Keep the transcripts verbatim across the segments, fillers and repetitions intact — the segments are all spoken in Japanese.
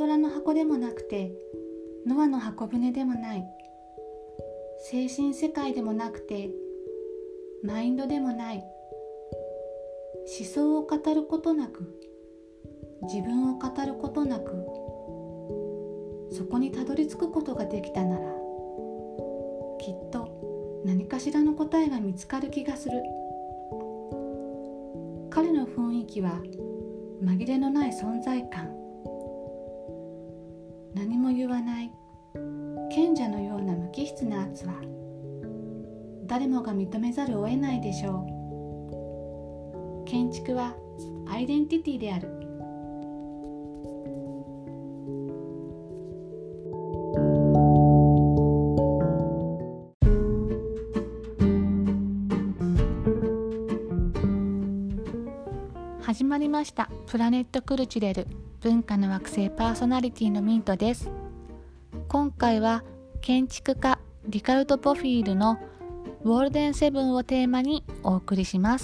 ドラの箱でもなくてノアの箱舟でもない、精神世界でもなくてマインドでもない、思想を語ることなく自分を語ることなくそこにたどり着くことができたなら、きっと何かしらの答えが見つかる気がする。彼の雰囲気は紛れのない存在感、何も言わない賢者のような無機質な圧は誰もが認めざるを得ないでしょう。建築はアイデンティティである。始まりましたプラネットクルチュレル文化の惑星パーソナリティのミントです。今回は建築家リカルド・ボフィールのウォールデンセブンをテーマにお送りします。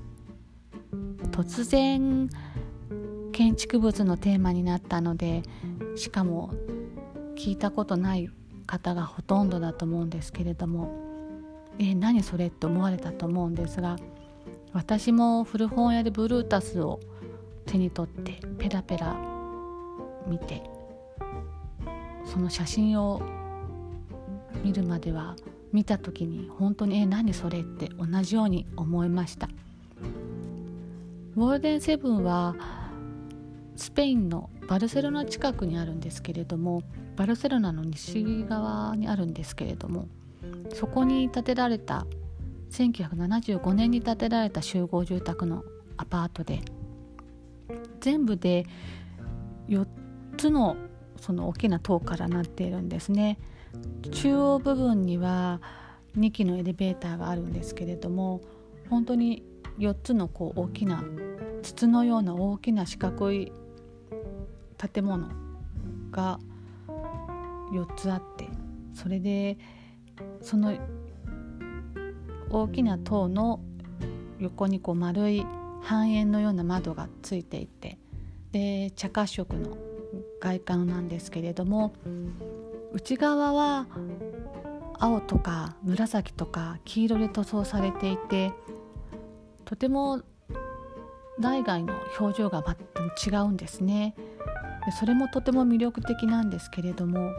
突然建築物のテーマになったので、しかも聞いたことない方がほとんどだと思うんですけれども、え何それって思われたと思うんですが、私も古本屋でブルータスを手に取ってペラペラ見て、その写真を見るまでは見た時に本当にえ何それって同じように思いました。ウォールデンセブンはスペインのバルセロナ近くにあるんですけれども、バルセロナの西側にあるんですけれども、そこに建てられたせんきゅうひゃくななじゅうごねんに建てられた集合住宅のアパートで、全部でよっつのその大きな塔からなっているんですね。中央部分にはにきのエレベーターがあるんですけれども、本当によっつのこう大きな筒のような大きな四角い建物がよっつあって、それでその大きな塔の横にこう丸い半円のような窓がついていて、で茶褐色の外観なんですけれども、内側は青とか紫とか黄色で塗装されていて、とても内外の表情が全く違うんですね。でそれもとても魅力的なんですけれども、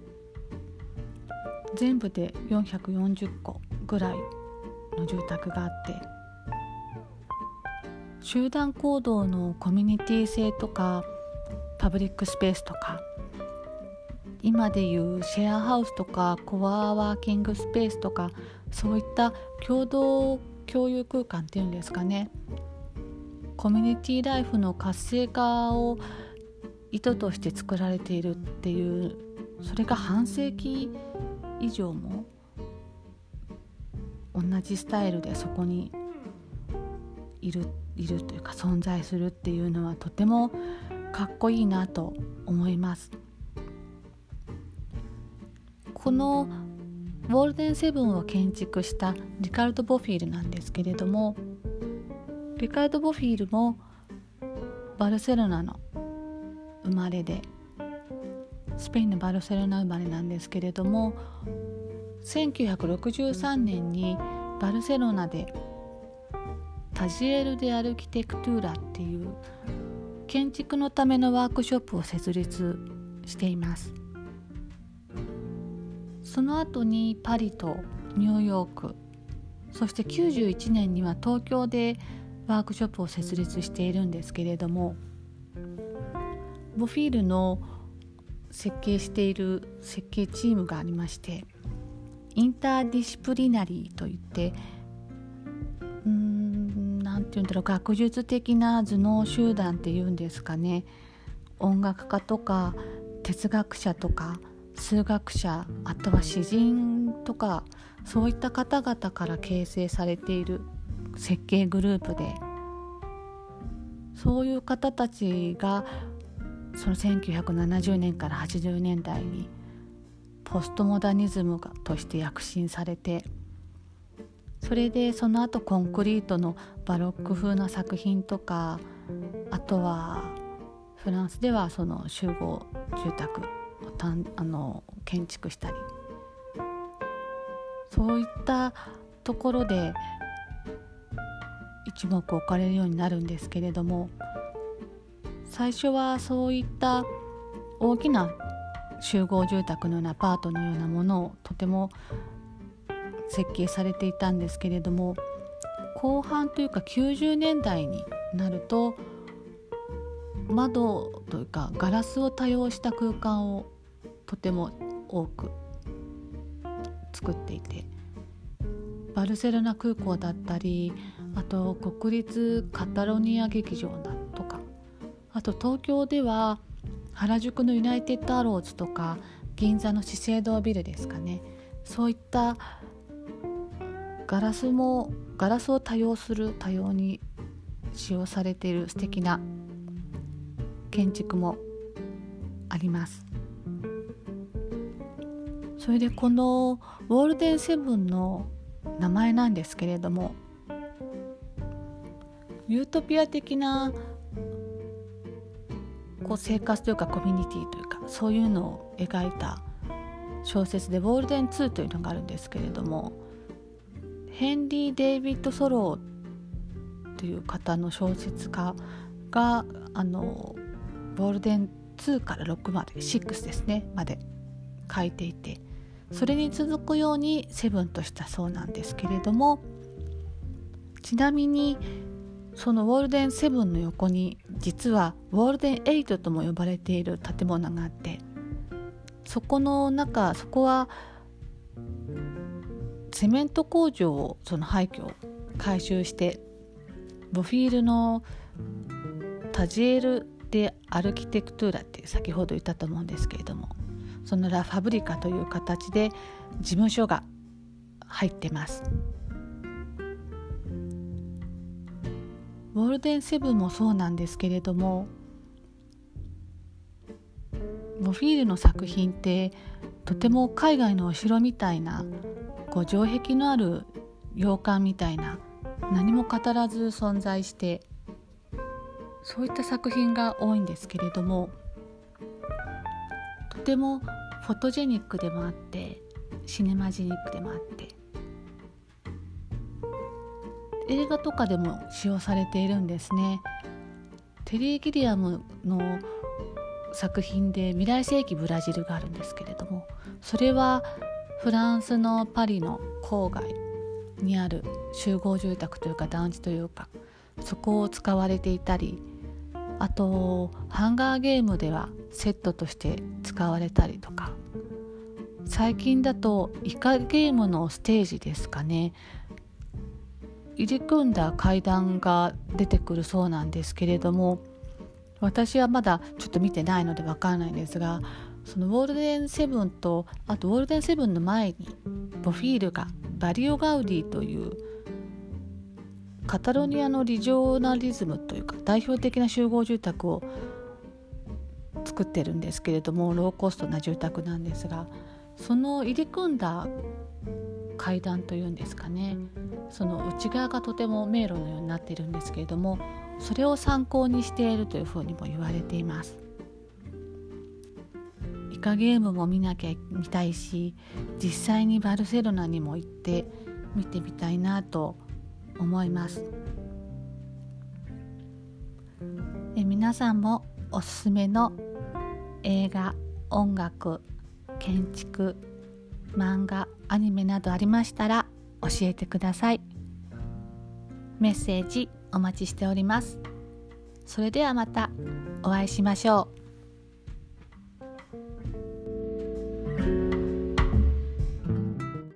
全部でよんひゃくよんじゅっこぐらいの住宅があって、集団行動のコミュニティ性とかパブリックスペースとか、今でいうシェアハウスとかコアワーキングスペースとか、そういった共同共有空間っていうんですかね、コミュニティライフの活性化を意図として作られているっていう、それが半世紀以上も同じスタイルでそこにいるいるというか存在するっていうのはとてもかっこいいなと思います。このウォールデンセブンを建築したリカルド・ボフィールなんですけれども、リカルド・ボフィールもバルセロナの生まれで、スペインのバルセロナ生まれなんですけれども、せんきゅうひゃくろくじゅうさんねんにバルセロナでタジエル・デ・アルキテクトゥーラっていう建築のためのワークショップを設立しています。その後にパリとニューヨーク、そしてきゅうじゅういちねんには東京でワークショップを設立しているんですけれども、ボフィールの設計している設計チームがありまして、インターディシプリナリーといって、うーんなんていうんだろう、学術的な頭脳集団っていうんですかね。音楽家とか哲学者とか数学者、あとは詩人とか、そういった方々から形成されている設計グループで、そういう方たちがそのせんきゅうひゃくななじゅうねんからはちじゅうねんだいにポストモダニズムがとして躍進されて、それでその後コンクリートのバロック風な作品とか、あとはフランスではその集合住宅をたんあの建築したり、そういったところで一目置かれるようになるんですけれども、最初はそういった大きな集合住宅のようなアパートのようなものをとても設計されていたんですけれども、後半というかきゅうじゅうねんだいになると窓というかガラスを多用した空間をとても多く作っていて、バルセロナ空港だったり、あと国立カタロニア劇場だとか、あと東京では原宿のユナイテッドアローズとか銀座の資生堂ビルですかね、そういったガラスもガラスを多用する多様に使用されている素敵な建築もあります。それでこのウォールデンセブンの名前なんですけれども、ユートピア的なこう生活というかコミュニティというか、そういうのを描いた小説でウォールデンツーというのがあるんですけれども、ヘンリー・デイビッド・ソローという方の小説家があのウォールデンツーからろくまでろくですねまで書いていて、それに続くようにセブンとしたそうなんですけれども、ちなみにそのウォールデンセブンの横に実はウォールデンエイトとも呼ばれている建物があって、そこの中そこはセメント工場をその廃墟を改修して、ボフィールのタジエル・デ・アルキテクトゥーラって先ほど言ったと思うんですけれども、そのラ・ファブリカという形で事務所が入ってます。ウォールデンセブンもそうなんですけれども、ボフィールの作品ってとても海外のお城みたいなこう城壁のある洋館みたいな、何も語らず存在して、そういった作品が多いんですけれども、とてもフォトジェニックでもあってシネマジニックでもあって、映画とかでも使用されているんですね。テリー・ギリアムの作品で未来世紀ブラジルがあるんですけれども、それはフランスのパリの郊外にある集合住宅というか団地というか、そこを使われていたり、あとハンガーゲームではセットとして使われたりとか、最近だとイカゲームのステージですかね、入り組んだ階段が出てくるそうなんですけれども、私はまだちょっと見てないので分からないんですが、そのウォールデンセブンと、あとウォールデンセブンの前にボフィールがバリオ・ガウディというカタロニアのリジョナリズムというか代表的な集合住宅を作ってるんですけれども、ローコストな住宅なんですが、その入り組んだ階段というんですかね、その内側がとても迷路のようになっているんですけれども、それを参考にしているというふうにも言われています。イカゲームも見なきゃ見たいし、実際にバルセロナにも行って見てみたいなと思います。え皆さんもおすすめの映画、音楽、建築、漫画、アニメなどありましたら教えてください。メッセージお待ちしております。それではまたお会いしましょう。